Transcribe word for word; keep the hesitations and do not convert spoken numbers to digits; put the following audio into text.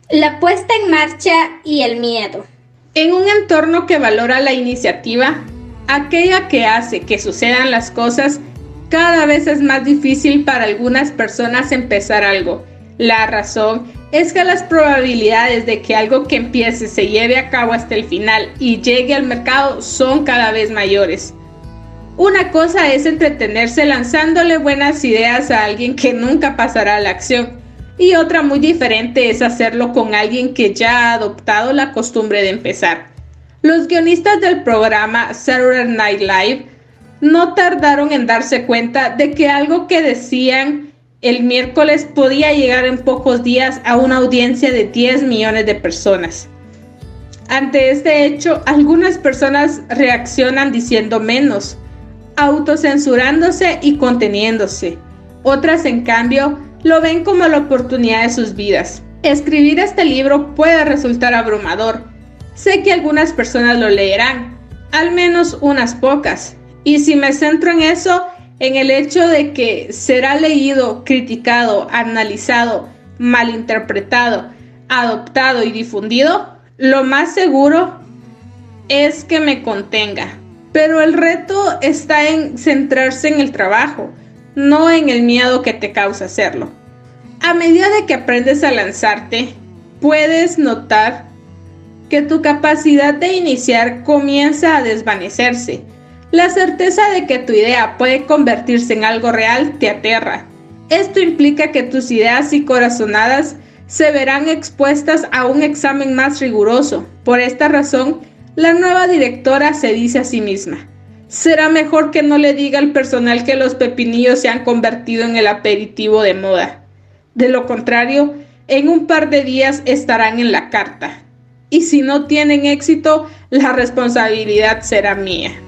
La puesta en marcha y el miedo. En un entorno que valora la iniciativa, aquella que hace que sucedan las cosas, cada vez es más difícil para algunas personas empezar algo. La razón es que las probabilidades de que algo que empiece se lleve a cabo hasta el final y llegue al mercado son cada vez mayores. Una cosa es entretenerse lanzándole buenas ideas a alguien que nunca pasará a la acción, y otra muy diferente es hacerlo con alguien que ya ha adoptado la costumbre de empezar. Los guionistas del programa Saturday Night Live no tardaron en darse cuenta de que algo que decían el miércoles podía llegar en pocos días a una audiencia de diez millones de personas. Ante este hecho, algunas personas reaccionan diciendo menos, autocensurándose y conteniéndose. Otras, en cambio, lo ven como la oportunidad de sus vidas. Escribir este libro puede resultar abrumador. Sé que algunas personas lo leerán, al menos unas pocas. Y si me centro en eso, en el hecho de que será leído, criticado, analizado, malinterpretado, adoptado y difundido, lo más seguro es que me contenga. Pero el reto está en centrarse en el trabajo, no en el miedo que te causa hacerlo. A medida de que aprendes a lanzarte, puedes notar que tu capacidad de iniciar comienza a desvanecerse. La certeza de que tu idea puede convertirse en algo real te aterra. Esto implica que tus ideas y corazonadas se verán expuestas a un examen más riguroso. Por esta razón, la nueva directora se dice a sí misma: será mejor que no le diga al personal que los pepinillos se han convertido en el aperitivo de moda. De lo contrario, en un par de días estarán en la carta. Y si no tienen éxito, la responsabilidad será mía.